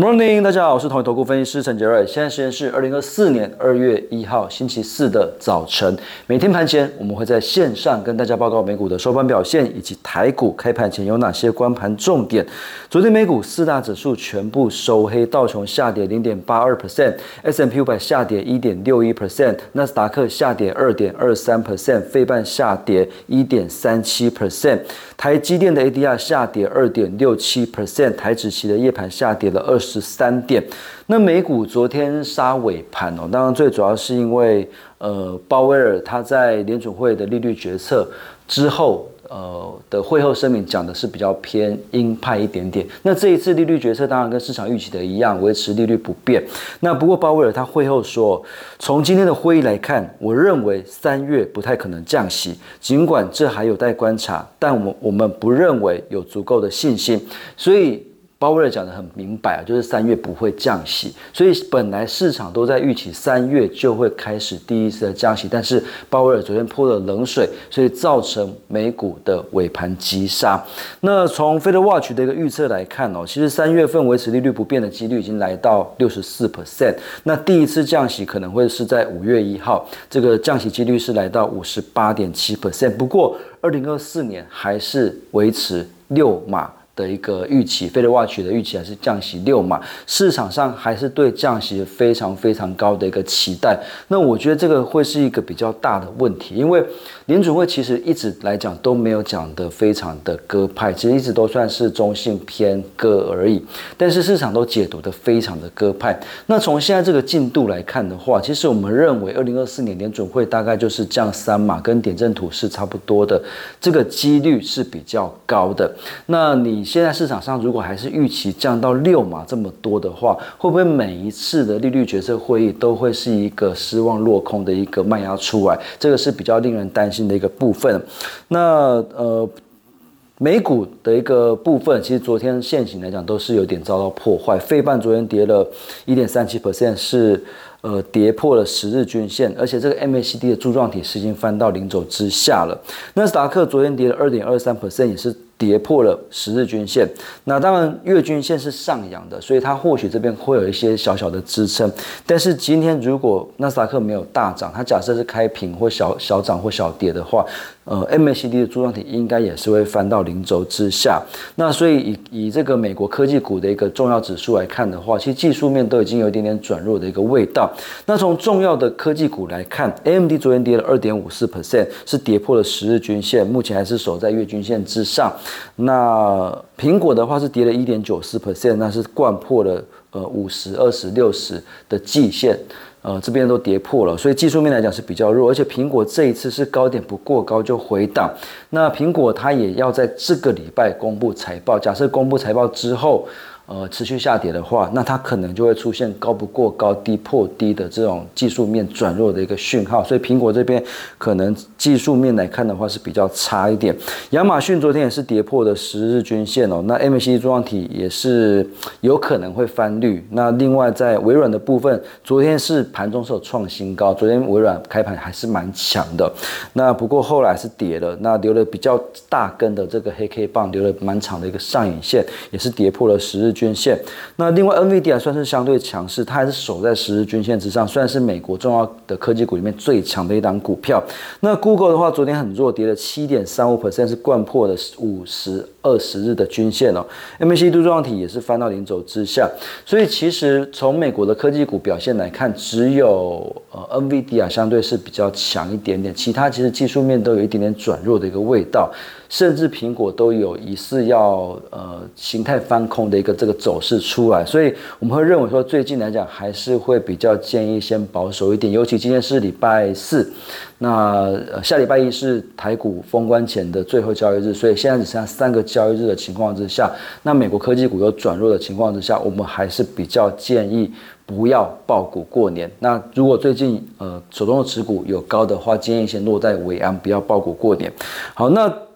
Morning， 大家好，我是统一投顾分析师陈杰瑞。现在时间是2024年2月1号星期四的早晨。每天盘前，我们会在线上跟大家报告美股的收盘表现，以及台股开盘前有哪些观盘重点。昨天美股四大指数全部收黑，道琼下跌 0.82%，S&P 500下跌 1.61%， 纳斯达克下跌 2.23%， 费半下跌 1.37%， 台积电的 ADR 下跌 2.67%， 台指期的夜盘下跌了23点。那美股昨天杀尾盘哦，当然最主要是因为鲍威尔他在联准会的利率决策之后的会后声明讲的是比较偏鹰派一点点。那这一次利率决策当然跟市场预期的一样，维持利率不变。那不过鲍威尔他会后说，从今天的会议来看，我认为3月不太可能降息，尽管这还有待观察，但我们不认为有足够的信心，所以鲍威尔讲得很明白，就是3月不会降息，所以本来市场都在预期3月就会开始第一次的降息，但是鲍威尔昨天泼了冷水，所以造成美股的尾盘急杀。那从 Fed Watch 的一个预测来看其实3月份维持利率不变的几率已经来到 64%， 那第一次降息可能会是在5月1号，这个降息几率是来到 58.7%， 不过2024年还是维持6码的一个预期 ，Fed Watch 的预期还是降息6码，市场上还是对降息非常非常高的一个期待。那我觉得这个会是一个比较大的问题，因为联准会其实一直来讲都没有讲得非常的鸽派，其实一直都算是中性偏鸽而已，但是市场都解读得非常的鸽派。那从现在这个进度来看的话，其实我们认为2024年联准会大概就是降3码，跟点阵图是差不多的，这个几率是比较高的。那你现在市场上如果还是预期降到6码这么多的话，会不会每一次的利率决策会议都会是一个失望落空的一个卖压出来？这个是比较令人担心的一个部分。那美股的一个部分，其实昨天现行来讲都是有点遭到破坏。费半昨天跌了 1.37%， 是跌破了10日均线，而且这个 MACD 的柱状体是已经翻到零轴之下了。纳斯达克昨天跌了 2.23%， 也是跌破了10日均线。那当然月均线是上扬的，所以它或许这边会有一些小小的支撑。但是今天如果纳斯达克没有大涨，它假设是开平或小涨或小跌的话，MACD 的柱状体应该也是会翻到零轴之下。那所以以这个美国科技股的一个重要指数来看的话，其实技术面都已经有一点点转弱的一个味道。那从重要的科技股来看 ，AMD 昨天跌了 2.54%， 是跌破了10日均线，目前还是守在月均线之上。那苹果的话是跌了 1.94%， 那是掼破了50、20、60的季线。这边都跌破了，所以技术面来讲是比较弱，而且苹果这一次是高点不过高就回档。那苹果它也要在这个礼拜公布财报，假设公布财报之后持续下跌的话，那它可能就会出现高不过高、低破低的这种技术面转弱的一个讯号，所以苹果这边可能技术面来看的话是比较差一点。亚马逊昨天也是跌破了10日均线那 MACD 柱状体也是有可能会翻绿。那另外在微软的部分，昨天是盘中是有创新高，昨天微软开盘还是蛮强的，那不过后来是跌了，那留了比较大根的这个黑 K 棒，留了蛮长的一个上影线，也是跌破了10日均线。那另外 NVIDIA 算是相对强势，它还是守在10日均线之上，虽然是美国重要的科技股里面最强的一档股票。那 Google 的话昨天很弱，跌了 7.35%， 是掼破了50、20日的均线MACD 柱状体也是翻到零轴之下。所以其实从美国的科技股表现来看，只有NVIDIA 相对是比较强一点点，其他其实技术面都有一点点转弱的一个味道，甚至苹果都有疑似要形态翻空的一个这个走势出来，所以我们会认为说最近来讲还是会比较建议先保守一点，尤其今天是礼拜四，那下礼拜一是台股封关前的最后交易日，所以现在只剩下3个交易日的情况之下，那美国科技股有转弱的情况之下，我们还是比较建议不要抱股过年。那如果最近手中的持股有高的话，建议先落在尾安，不要抱股过年。好，那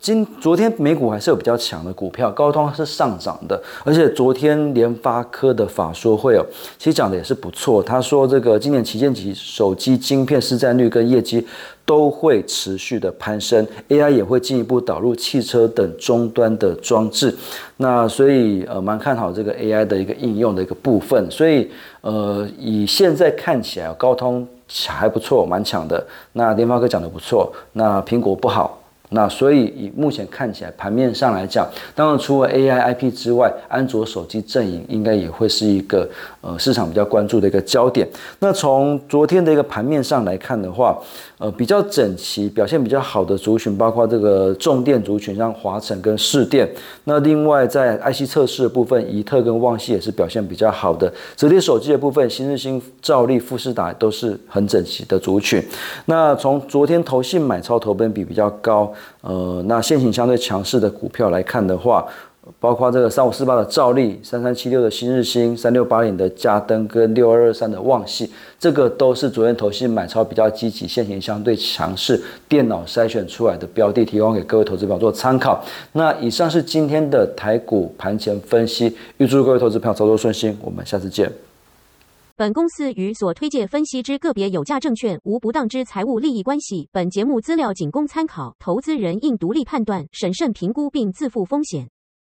昨天美股还是有比较强的股票，高通是上涨的，而且昨天联发科的法说会其实讲的也是不错。他说这个今年旗舰级手机晶片市占率跟业绩都会持续的攀升 ，AI 也会进一步导入汽车等终端的装置。那所以蛮看好这个 AI 的一个应用的一个部分。所以以现在看起来，高通还不错，蛮强的。那联发科讲的不错，那苹果不好。那所以以目前看起来盘面上来讲，当然除了 AI、IP 之外，安卓手机阵营应该也会是一个市场比较关注的一个焦点。那从昨天的一个盘面上来看的话，比较整齐、表现比较好的族群，包括这个重电族群，像华城跟士电。那另外在 IC 测试的部分，怡特跟旺系也是表现比较好的。折叠手机的部分，新日兴、兆利、富士达都是很整齐的族群。那从昨天投信买超投本比比较高，那现行相对强势的股票来看的话，包括这个3548的兆利、3376的新日兴、3680的嘉登跟6223的旺系，这个都是昨天投信买超比较积极、现行相对强势、电脑筛选出来的标的，提供给各位投资朋友做参考。那以上是今天的台股盘前分析，预祝各位投资朋友操作顺心，我们下次见。 本公司与所推介分析之个别有价证券无不当之财务利益关系。本节目资料仅供参考，投资人应独立判断、审慎评估并自负风险。